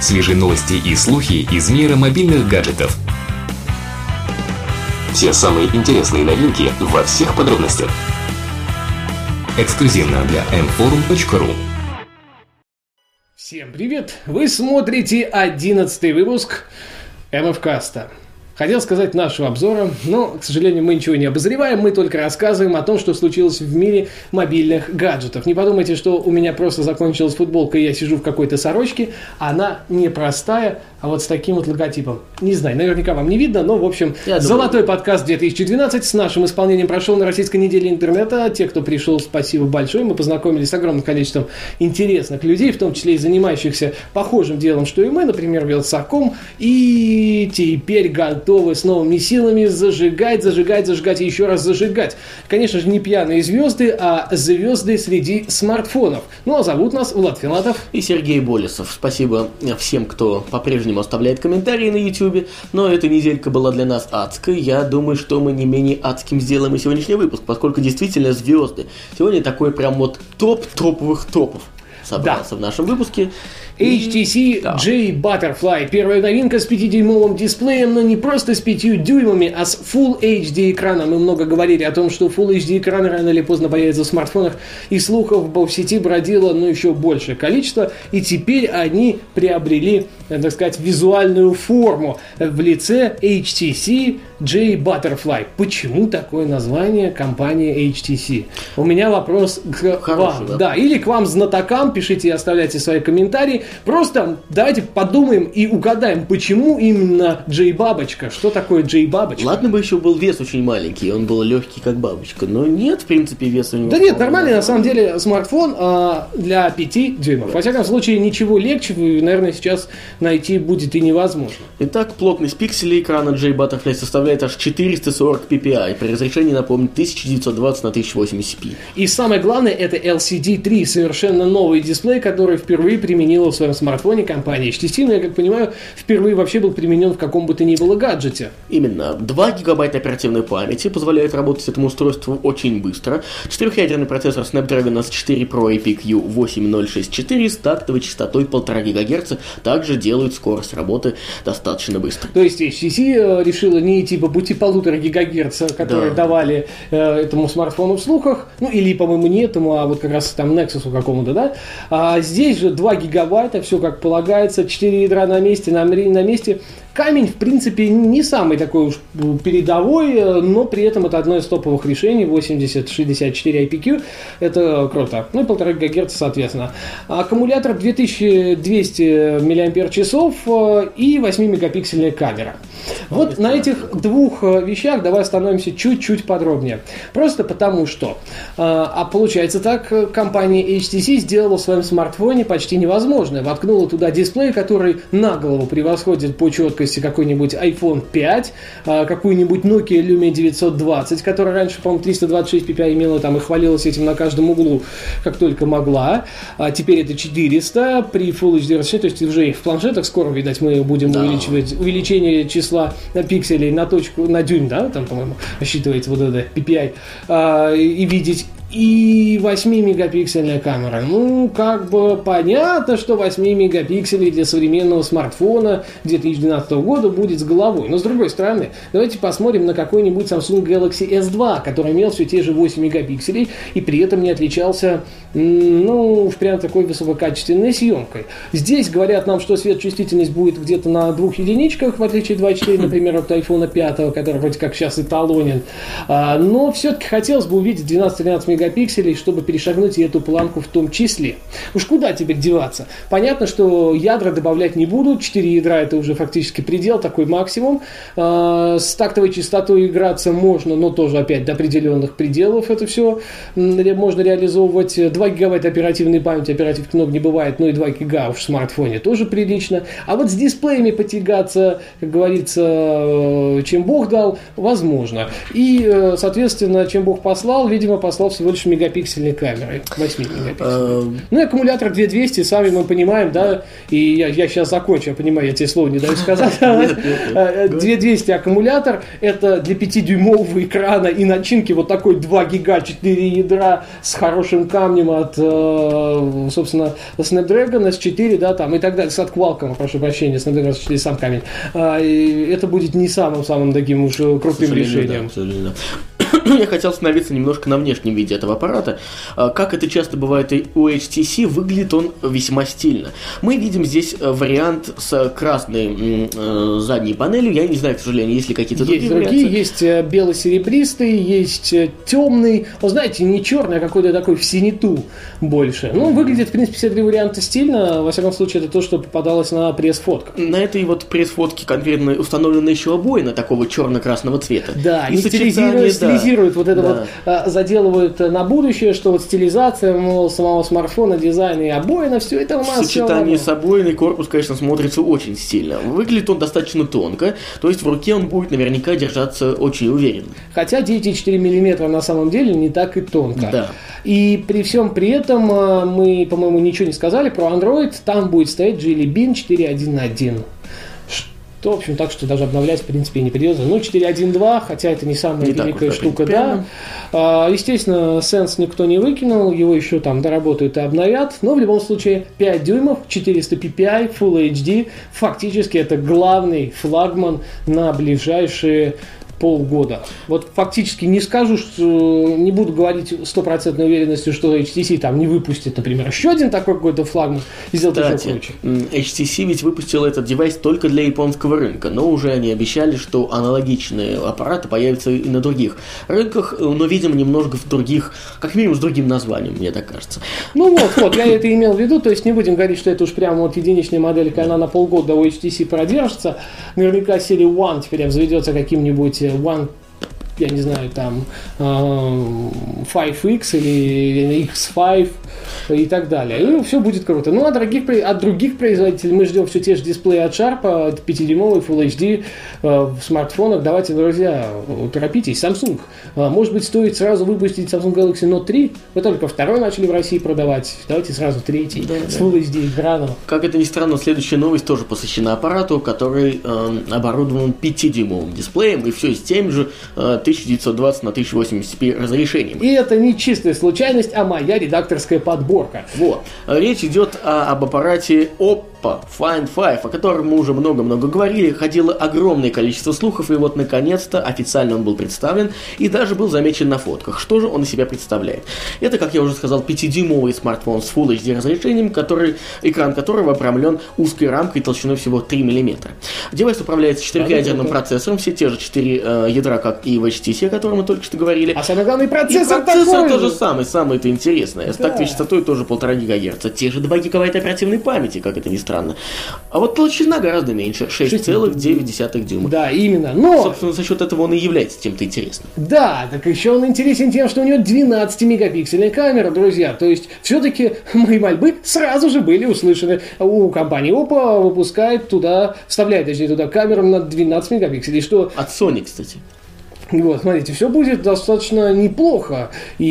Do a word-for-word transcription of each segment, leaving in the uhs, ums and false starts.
Свежие новости и слухи из мира мобильных гаджетов. Все самые интересные новинки во всех подробностях. Эксклюзивно для эм форум точка ру. Всем привет! Вы смотрите одиннадцатый выпуск эм эф-каста. Хотел сказать нашего обзора, но, к сожалению, мы ничего не обозреваем, мы только рассказываем о том, что случилось в мире мобильных гаджетов. Не подумайте, что у меня просто закончилась футболка, и я сижу в какой-то сорочке. Она не простая, а вот с таким вот логотипом. Не знаю, наверняка вам не видно, но, в общем, я золотой думаю. Подкаст две тысячи двенадцать с нашим исполнением прошел на Российской неделе интернета. Те, кто пришел, спасибо большое. Мы познакомились с огромным количеством интересных людей, в том числе и занимающихся похожим делом, что и мы, например, Вилсаком. И теперь готовы с новыми силами зажигать, зажигать, зажигать и еще раз зажигать. Конечно же, не пьяные звезды, а звезды среди смартфонов. Ну, а зовут нас Влад Филатов и Сергей Болесов. Спасибо всем, кто по-прежнему оставляет комментарии на YouTube, но эта неделька была для нас адской. Я думаю, что мы не менее адским сделаем и сегодняшний выпуск, поскольку действительно звезды. Сегодня такой прям вот топ топовых топов собрался да. в нашем выпуске. эйч ти си да. J Butterfly. Первая новинка с пятидюймовым дисплеем, но не просто с пятью дюймами, а с Full эйч ди экраном. Мы много говорили о том, что Full эйч ди экраны рано или поздно появятся в смартфонах, и слухов в сети бродило, ну, еще большее количество. И теперь они приобрели, так сказать, визуальную форму в лице эйч ти си J Butterfly. Почему такое название компании эйч ти си? У меня вопрос к Хороший, вам. Да? да, или к вам, знатокам, пишите и оставляйте свои комментарии. Просто давайте подумаем и угадаем, почему именно J-бабочка. Что такое J-бабочка? Ладно бы еще был вес очень маленький, он был легкий как бабочка, но нет, в принципе, веса у него. Да нет, нормальный на самом деле смартфон а, для пяти дюймов. Да. Во всяком случае, ничего легче, наверное, сейчас найти будет и невозможно. Итак, плотность пикселей экрана J Butterfly составляет аж четыреста сорок пи пи ай, при разрешении, напомню, тысяча девятьсот двадцать на тысяча восемьдесят пи. И самое главное, это эл си ди три, совершенно новый дисплей, который впервые применила в своем смартфоне компания эйч ти си, но, я как понимаю, впервые вообще был применен в каком бы то ни было гаджете. Именно. два гигабайта оперативной памяти позволяет работать этому устройству очень быстро. Четырехъядерный процессор Snapdragon эс четыре про эй пи кью восемь тысяч шестьдесят четыре с тактовой частотой полтора гигагерца также делают скорость работы достаточно быстро. То есть эйч ти си решила не идти по пути полутора гигагерца, которые да. давали э, этому смартфону в слухах, ну или, по-моему, не этому, а вот как раз там Nexus какому-то, да? А здесь же два гигабайта, все как полагается, четыре ядра на месте, на, на месте. Камень, в принципе, не самый такой уж передовой, но при этом это одно из топовых решений, восемьдесят шестьдесят четыре ай пи кью, это круто. Ну и полтора гигагерца, соответственно. Аккумулятор две тысячи двести миллиампер-часов и восьмимегапиксельная камера. Вот на этих двух вещах давай остановимся чуть-чуть подробнее. Просто потому что, а получается так, компания эйч ти си сделала в своем смартфоне почти невозможное. Воткнула туда дисплей, который на голову превосходит по четкости какой-нибудь айфон пять, какую-нибудь Nokia Lumia девятьсот двадцать, которая раньше, по-моему, триста двадцать шесть пи пи ай имела там и хвалилась этим на каждом углу, как только могла. А теперь это четыреста при Full эйч ди разрешении, то есть уже и в планшетах скоро, видать, мы будем да. увеличивать увеличение числа пикселей на точку, на дюйм, да, там, по-моему, рассчитывается вот это пи пи ай, а, и видеть. И восьмимегапиксельная камера. Ну, как бы понятно, что восемь мегапикселей для современного смартфона две тысячи двенадцатого года будет с головой. Но с другой стороны, давайте посмотрим на какой-нибудь Samsung Galaxy эс два, который имел все те же восемь мегапикселей и при этом не отличался, ну, прям такой высококачественной съемкой. Здесь говорят нам, что светочувствительность будет где-то на двух единичках, в отличие от два и четыре, например, от айфона пять, который вроде как сейчас эталонен. Но все-таки хотелось бы увидеть двенадцать-тринадцать мегапикселей, чтобы перешагнуть и эту планку в том числе. Уж куда теперь деваться? Понятно, что ядра добавлять не будут. четыре ядра это уже фактически предел, такой максимум. С тактовой частотой играться можно, но тоже опять до определенных пределов это все можно реализовывать. два гигабайта оперативной памяти, оперативки много не бывает, но и два гига уж в смартфоне тоже прилично. А вот с дисплеями потягаться, как говорится, чем Бог дал, возможно. И, соответственно, чем Бог послал, видимо, послал всего больше мегапиксельной камерой, восемь мегапиксельной. Ну и аккумулятор две тысячи двести, сами мы понимаем, да, и я, я сейчас закончу, я понимаю, я тебе слово не даю сказать. две тысячи двести аккумулятор, это для пятидюймового экрана и начинки вот такой два гига, четыре ядра с хорошим камнем от, собственно, Snapdragon эс четыре, да, там и так далее, с от Qualcomm, прошу прощения, Snapdragon эс четыре сам камень. Это будет не самым-самым таким уж крутым решением. Я хотел остановиться немножко на внешнем виде этого аппарата. Как это часто бывает и у эйч ти си, выглядит он весьма стильно. Мы видим здесь вариант с красной э, задней панелью. Я не знаю, к сожалению, есть ли какие-то есть другие другие, варианты. Есть бело-серебристый, есть темный. Вы знаете, не черный, а какой-то такой в синету больше. Ну, выглядит, в принципе, все три варианта стильно. Во всяком случае, это то, что попадалось на пресс-фотках. На этой вот пресс-фотке конкретно установлена еще обоина такого черно-красного цвета. Да, и, и стилизирует, да. стилизирует вот это да. вот, а, заделывают на будущее, что вот стилизация, мол, самого смартфона, дизайн и обоина, все это у нас. В сочетании с обоиной корпус, конечно, смотрится очень стильно. Выглядит он достаточно тонко, то есть в руке он будет наверняка держаться очень уверенно. Хотя девять и четыре миллиметра на самом деле не так и тонко. Да. И при всем при этом мы, по-моему, ничего не сказали про Android. Там будет стоять Jelly Bean четыре точка один точка один. То, в общем, так что даже обновлять, в принципе, не придется. Ну, четыре точка один точка два, хотя это не самая не великая так, штука, да. А, естественно, Sense никто не выкинул, его еще там доработают и обновят. Но в любом случае пять дюймов, четыреста пи пи ай, Full эйч ди. Фактически это главный флагман на ближайшие полгода. Вот фактически не скажу, что не буду говорить стопроцентной уверенностью, что эйч ти си там не выпустит, например, еще один такой какой-то флагман и сделает еще круче. эйч ти си ведь выпустил этот девайс только для японского рынка, но уже они обещали, что аналогичные аппараты появятся и на других рынках, но, видимо, немножко в других, как минимум с другим названием, мне так кажется. Ну вот, вот, я это имел в виду, то есть не будем говорить, что это уж прямо вот единичная моделька, она на полгода у эйч ти си продержится, наверняка серия One теперь обзаведется каким-нибудь One, я не знаю, там пять икс или икс пять и так далее. И все будет круто. Ну, а других, от других производителей мы ждем все те же дисплеи от Sharp, пятидюймовый Full эйч ди в смартфонах. Давайте, друзья, торопитесь. Samsung. Может быть, стоит сразу выпустить Samsung Galaxy Note три? Вы только второй начали в России продавать. Давайте сразу третий. Да, с Full эйч ди экраном. Как это ни странно, следующая новость тоже посвящена аппарату, который э, оборудован пятидюймовым дисплеем и все с тем же э, тысяча девятьсот двадцать на тысяча восемьдесят пи разрешением. И это не чистая случайность, а моя редакторская подборка. Вот. Речь идет о, об аппарате Oppo Find пять, о котором мы уже много-много говорили. Ходило огромное количество слухов, и вот наконец-то официально он был представлен и даже был замечен на фотках. Что же он из себя представляет? Это, как я уже сказал, пятидюймовый смартфон с Full эйч ди разрешением, который, экран которого обрамлен узкой рамкой толщиной всего три миллиметра. Девайс управляется четырехъядерным процессором, все те же четыре э, ядра, как и в эйч ти си, о котором мы только что говорили. А самый главный процессор, и процессор такой тоже же. самый, самый это интересное. Да. С тактовой частотой тоже полтора гигагерца. Те же два гигабайта оперативной памяти, как это ни странно. А вот толщина гораздо меньше, шесть целых девять десятых дюйма. Да, именно. Но... Собственно, за счет этого он и является чем-то интересным. Да, так еще он интересен тем, что у него двенадцатимегапиксельная камера, друзья. То есть, все-таки мои мольбы сразу же были услышаны. У компании Oppo выпускает туда, вставляет, точнее, туда камеру на двенадцать мегапикселей. Что... От Sony, кстати. Вот, смотрите, все будет достаточно неплохо.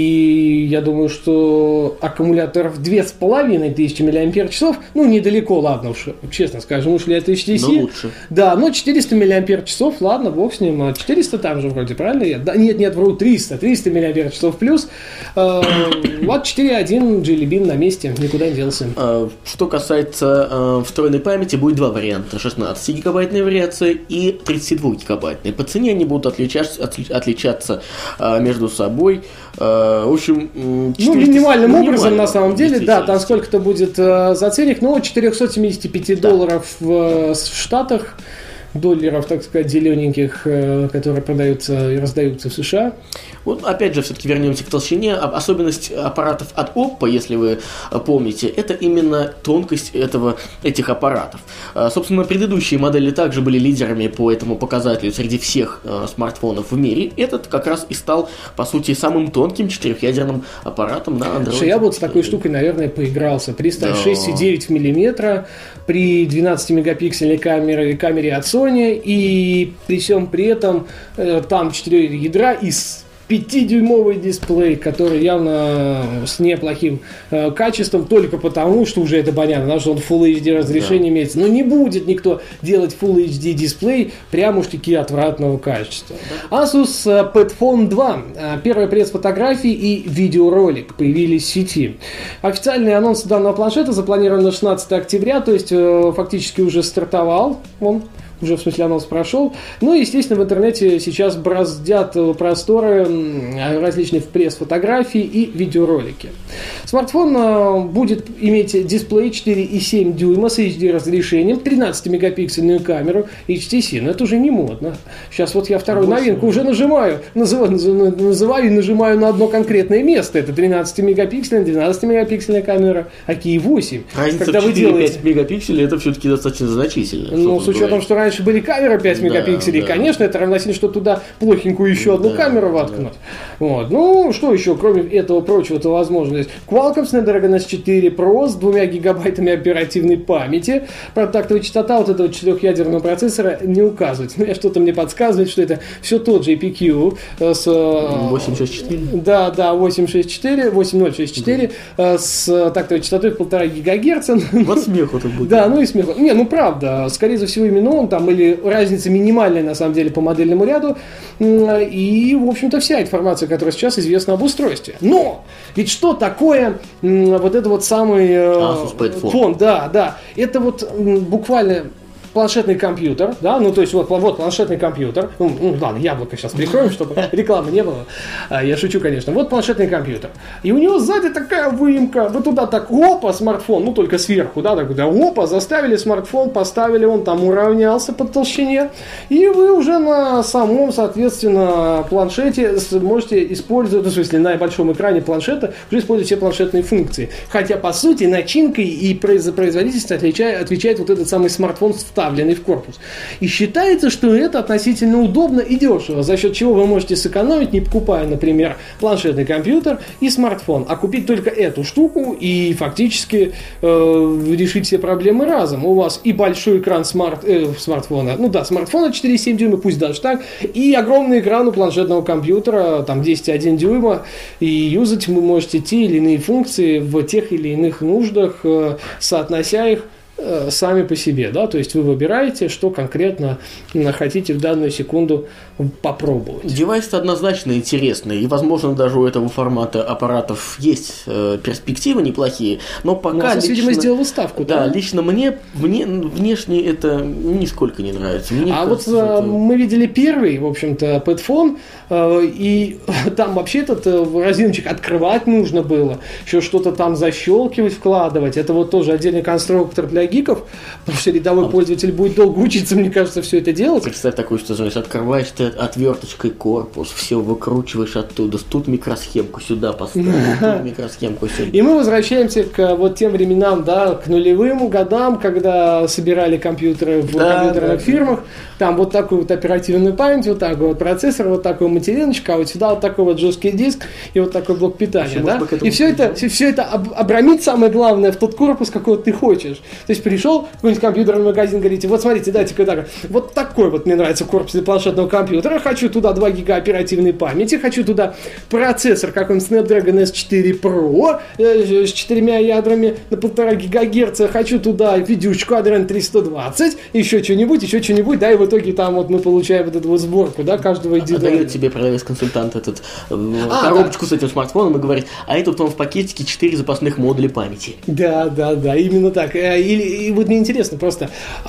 И я думаю, что аккумулятор в две с половиной тысячи миллиампер-часов, ну, недалеко, ладно уж, честно скажем, ушли от эйч ти си. Но лучше. Да, но четыреста миллиампер-часов, ладно, бог с ним. четыреста там же вроде, правильно? Я? Да, нет, нет, вру, триста. триста миллиампер-часов плюс. Э, вот четыре точка один Jelly Bean на месте, никуда не делся. Что касается встроенной памяти, будет два варианта. шестнадцатигигабайтная вариация и тридцатидвухгигабайтная. По цене они будут отличаться отличаться а, между собой. А, в общем, четыреста... ну, минимальным образом, на самом деле, да, там сколько-то будет а, за ценник, но четыреста семьдесят пять да. долларов в, в Штатах, долларов, так сказать, зелененьких, которые продаются и раздаются в США. Вот опять же, все-таки вернемся к толщине. Особенность аппаратов от Oppo, если вы помните, это именно тонкость этого, этих аппаратов. Собственно, предыдущие модели также были лидерами по этому показателю среди всех смартфонов в мире. Этот как раз и стал, по сути, самым тонким четырехъядерным аппаратом на Android. Что я вот с такой штукой, наверное, поигрался. При шесть целых девять десятых миллиметра, при двенадцатимегапиксельной камере, камере от Sony, и при всем при этом там четыре ядра из пятидюймовый дисплей, который явно с неплохим э, качеством, только потому, что уже это понятно, потому что он Full эйч ди разрешение да. имеется. Но не будет никто делать Full эйч ди дисплей прямо уж таки отвратного качества. Да. Asus PadFone два. Первая пресс-фотографии и видеоролик появились в сети. Официальный анонс данного планшета запланирован на шестнадцатое октября, то есть э, фактически уже стартовал он. Уже, в смысле, анонс прошел. Ну и, естественно, в интернете сейчас браздят просторы различных пресс-фотографий и видеоролики. Смартфон будет иметь дисплей четыре и семь дюйма с эйч ди разрешением, тринадцатимегапиксельную камеру эйч ти си. Но это уже не модно. Сейчас вот я вторую новинку уже нажимаю, называю, называю и нажимаю на одно конкретное место. Это тринадцатимегапиксельная, двенадцатимегапиксельная камера, а ки восемь. Разница в четыре-пять мегапикселей это все-таки достаточно значительно. Ну, с учетом, говорить. что раньше были камеры пять да, мегапикселей, да. конечно, это равносильно, что туда плохенькую еще одну да, камеру воткнуть. Да. Вот. Ну, что еще, кроме этого прочего-то возможно есть? Qualcomm Snapdragon эс четыре Pro с двумя гигабайтами оперативной памяти. Правда, тактовая частота вот этого четырехъядерного процессора не указывается. Но что-то мне подсказывает, что это все тот же эй пи кью с... восемь шесть четыре. Да, да, восемь шесть четыре, восемь ноль шесть четыре да. с тактовой частотой в полтора гигагерца. Вот смеху-то будет. Да, ну и смеху. Не, ну правда, скорее всего, именно он там или разница минимальная, на самом деле, по модельному ряду, и, в общем-то, вся информация, которая сейчас известна об устройстве. Но! Ведь что такое вот это вот самый Asus PadFone? Фон, да, да. Это вот буквально планшетный компьютер, да, ну то есть вот, вот планшетный компьютер, ну, ну ладно, яблоко сейчас прикроем, чтобы рекламы не было, а, я шучу, конечно, вот планшетный компьютер, и у него сзади такая выемка, вы туда так, опа, смартфон, ну только сверху, да, так, да, опа, заставили смартфон, поставили, он там уравнялся по толщине, и вы уже на самом, соответственно, планшете можете использовать, ну, в смысле, на большом экране планшета уже использовать все планшетные функции, хотя, по сути, начинкой и производительность отвечает, отвечает вот этот самый смартфон с вставленный в корпус. И считается, что это относительно удобно и дешево, за счет чего вы можете сэкономить, не покупая, например, планшетный компьютер и смартфон, а купить только эту штуку и фактически э, решить все проблемы разом. У вас и большой экран смарт, э, смартфона, ну да, смартфона четыре и семь дюйма, пусть даже так, и огромный экран у планшетного компьютера, там десять и один дюйма, и юзать вы можете те или иные функции в тех или иных нуждах, э, соотнося их сами по себе, да, то есть вы выбираете, что конкретно хотите в данную секунду попробовать. Девайс однозначно интересный, и, возможно, даже у этого формата аппаратов есть э, перспективы неплохие, но пока Asus, лично... видимо, сделал ставку, да? Да, лично мне вне, внешне это нисколько не нравится. Мне а кажется, вот это... мы видели первый, в общем-то, PadFone, э, и там вообще этот э, разъемчик открывать нужно было, еще что-то там защелкивать, вкладывать, это вот тоже отдельный конструктор для гиков, потому что рядовой пользователь будет долго учиться, мне кажется, все это делать. Представь такую ситуацию, открываешь ты отверточкой корпус, все выкручиваешь оттуда, тут микросхемку сюда поставь, тут микросхемку сюда. И мы возвращаемся к вот тем временам, да, к нулевым годам, когда собирали компьютеры в да, компьютерных да, фирмах, там вот такую вот оперативную память, вот такой вот процессор, вот такой материночка, а вот сюда вот такой вот жесткий диск и вот такой блок питания, да? И все это, все это обрамить, самое главное, в тот корпус, какой ты хочешь. То есть пришел в какой-нибудь компьютерный магазин, говорите, вот смотрите, дайте-ка так, вот такой вот мне нравится корпус для планшетного компьютера, хочу туда два гига оперативной памяти, хочу туда процессор какой-нибудь Snapdragon эс четыре Pro э, с четырьмя ядрами на полтора гигагерца, хочу туда видюшку Adreno триста двадцать, еще что-нибудь, еще что-нибудь, да, и в итоге там вот мы получаем вот эту вот сборку, да, каждого индивидуально. Дает тебе продавец-консультант этот а, коробочку да. с этим смартфоном и говорит, а это потом в пакетике четыре запасных модуля памяти. Да, да, да, именно так. Или, и вот мне интересно просто,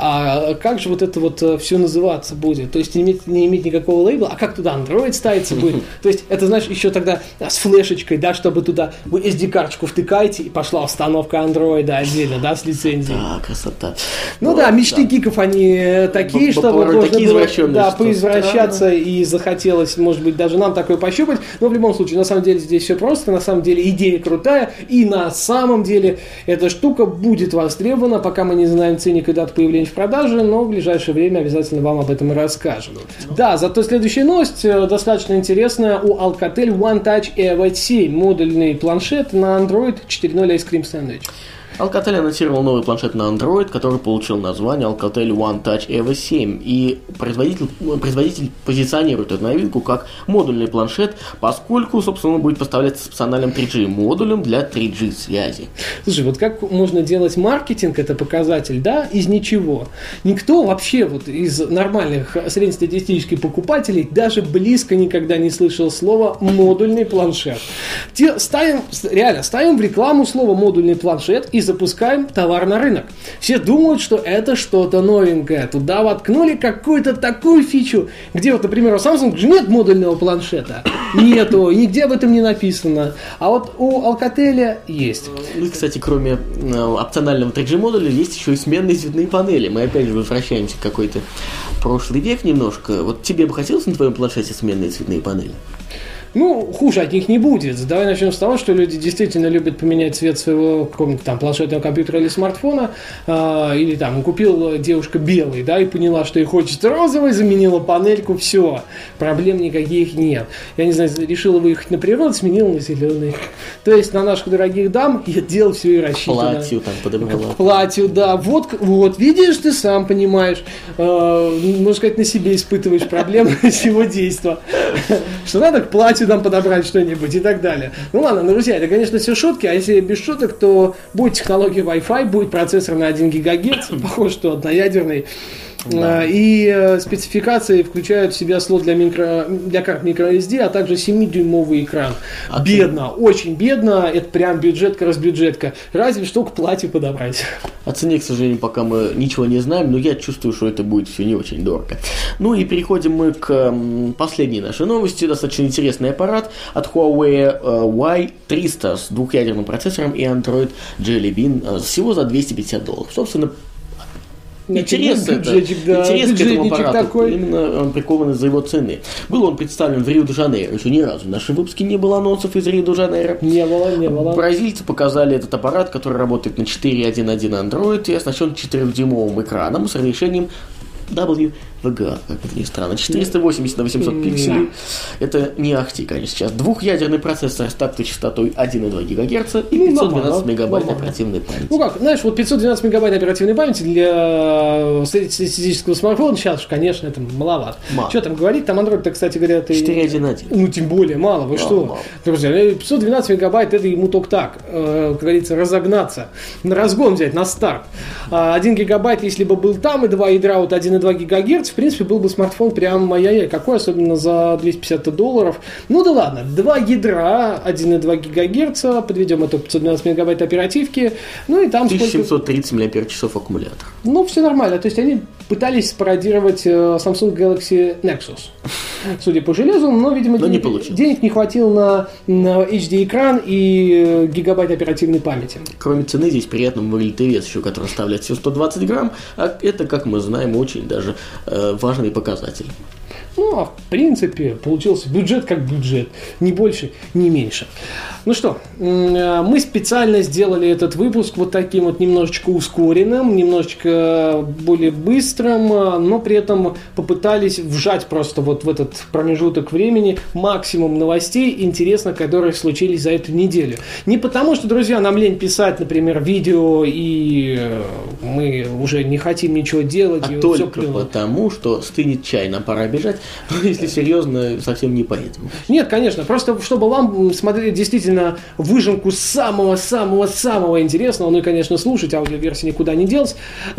а как же вот это вот все называться будет? То есть не иметь, не иметь никакого лейбла, а как туда Android ставится будет? То есть это, знаешь, еще тогда с флешечкой, да, чтобы туда вы эс ди-карточку втыкаете, и пошла установка Android отдельно, да, с лицензией. Да, красота. Ну, ну да, мечты да. гиков, они такие, что вот должны было да, поизвращаться, и захотелось, может быть, даже нам такое пощупать, но в любом случае, на самом деле здесь все просто, на самом деле идея крутая, и на самом деле эта штука будет востребована, пока мы не знаем ценник и дату появления в продаже, но в ближайшее время обязательно вам об этом и расскажем. Да, зато следующая новость достаточно интересная. У Alcatel One Touch Evo семь, модульный планшет на Android четыре ноль Ice Cream Sandwich. Alcatel анонсировал новый планшет на Android, который получил название Alcatel One Touch Evo семь. И производитель, производитель позиционирует эту новинку как модульный планшет, поскольку, собственно, он будет поставляться с опциональным три джи модулем для три джи связи. Слушай, вот как можно делать маркетинг, это показатель, да, из ничего. Никто вообще вот из нормальных среднестатистических покупателей даже близко никогда не слышал слова «модульный планшет». Те, ставим, реально, ставим в рекламу слово «модульный планшет» и запускаем товар на рынок. Все думают, что это что-то новенькое. Туда воткнули какую-то такую фичу, где вот, например, у Samsung же нет модульного планшета. Нету, и нигде об этом не написано. А вот у Alcatel есть. Ну и, кстати, кроме э, опционального три джи модуля, есть еще и сменные цветные панели. Мы опять же возвращаемся в какой-то прошлый век немножко. Вот тебе бы хотелось на твоем планшете сменные цветные панели? Ну, хуже от них не будет. Давай начнем с того, что люди действительно любят поменять цвет своего какого-нибудь там планшетного компьютера или смартфона, э, или там купила девушка белый, да, и поняла, что ей хочется розовый, заменила панельку, все, проблем никаких нет. Я не знаю, решила выехать на природу, сменила на зеленый. То есть на наших дорогих дам я делал все и рассчитано. Платью там подобрала. Платью, да. Вот, вот, видишь, ты сам понимаешь, э, можно сказать, на себе испытываешь проблемы всего действия. Что надо к платью нам подобрать что-нибудь и так далее. Ну ладно, друзья, это, конечно, все шутки, а если без шуток, то будет технология Wi-Fi, будет процессор на один гигагерц, похож, что одноядерный. Да. И э, спецификации включают в себя слот для, микро, для карт microSD, а также семидюймовый экран. А бедно, ты... очень бедно, это прям бюджетка-разбюджетка. Разве что к платью подобрать. О цене, к сожалению, пока мы ничего не знаем, но я чувствую, что это будет все не очень дорого. Ну и переходим мы к м, последней нашей новости. Достаточно интересный аппарат от Huawei э, уай триста с двухъядерным процессором и Android Jelly Bean э, всего за двести пятьдесят долларов. Собственно, Интерес, это, да, интерес к этому аппарату такой. Именно он прикован из-за его цены. Был он представлен в Рио-де-Жанейро. Еще ни разу в нашем выпуске не было анонсов из Рио-де-Жанейро. Не было, не было. Бразильцы показали этот аппарат, который работает на четыре точка один точка один Android и оснащен четырёхдюймовым экраном с разрешением дабл ю ви джи эй, как это ни странно, четыреста восемьдесят на восемьсот пикселей. Это не ахти, конечно, сейчас. Двухъядерный процессор с тактовой частотой один и два гигагерца и пятьсот двенадцать мегабайт оперативной памяти. Ну как, знаешь, вот пятьсот двенадцать мегабайт оперативной памяти для среднестатистического смартфона сейчас, конечно, это маловато. Мало. Что там говорить, там Android-то, кстати говоря, это... четыре точка один точка один. Ну, тем более, мало, вы мало, что? Мало. Друзья, пятьсот двенадцать мегабайт, это ему только так, э, как говорится, разогнаться, на разгон взять, на старт. А один гигабайт, если бы был там, и два ядра, вот один и два гигагерца, в принципе, был бы смартфон прям моя-я. Какой, особенно за двести пятьдесят долларов. Ну да ладно, два ядра, один и два гигагерца, подведем это пятьсот двенадцать мегабайт оперативки, ну и там тысяча семьсот тридцать мАч аккумулятор. Ну, все нормально, то есть они пытались спародировать Samsung Galaxy Nexus, судя по железу, но, видимо, но денег, не денег не хватило на, на эйч ди-экран и гигабайт оперативной памяти. Кроме цены, здесь приятно выглядит и вес еще, который составляет всего сто двадцать грамм, а это, как мы знаем, очень даже э, важный показатель. Ну, а в принципе, получился бюджет как бюджет. Ни больше, ни меньше. Ну что, мы специально сделали этот выпуск вот таким вот немножечко ускоренным, немножечко более быстрым, но при этом попытались вжать просто вот в этот промежуток времени максимум новостей интересных, которые случились за эту неделю. Не потому, что, друзья, нам лень писать, например, видео, и мы уже не хотим ничего делать. А и только все потому, что стынет чай, нам пора бежать. Но если серьезно, совсем не поэтому. Нет, конечно, просто чтобы вам смотреть действительно выжимку самого-самого-самого интересного, ну и, конечно, слушать, аудиоверсия никуда не делась,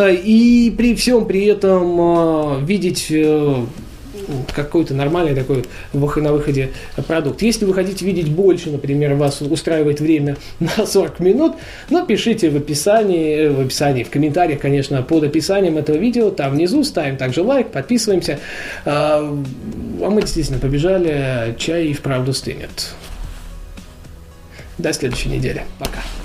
и при всем при этом видеть какой-то нормальный такой на выходе продукт. Если вы хотите видеть больше, например, вас устраивает время на сорок минут, ну, пишите в описании, в описании, в комментариях, конечно, под описанием этого видео, там внизу, ставим также лайк, подписываемся. А мы действительно побежали, чай и вправду стынет. До следующей недели. Пока.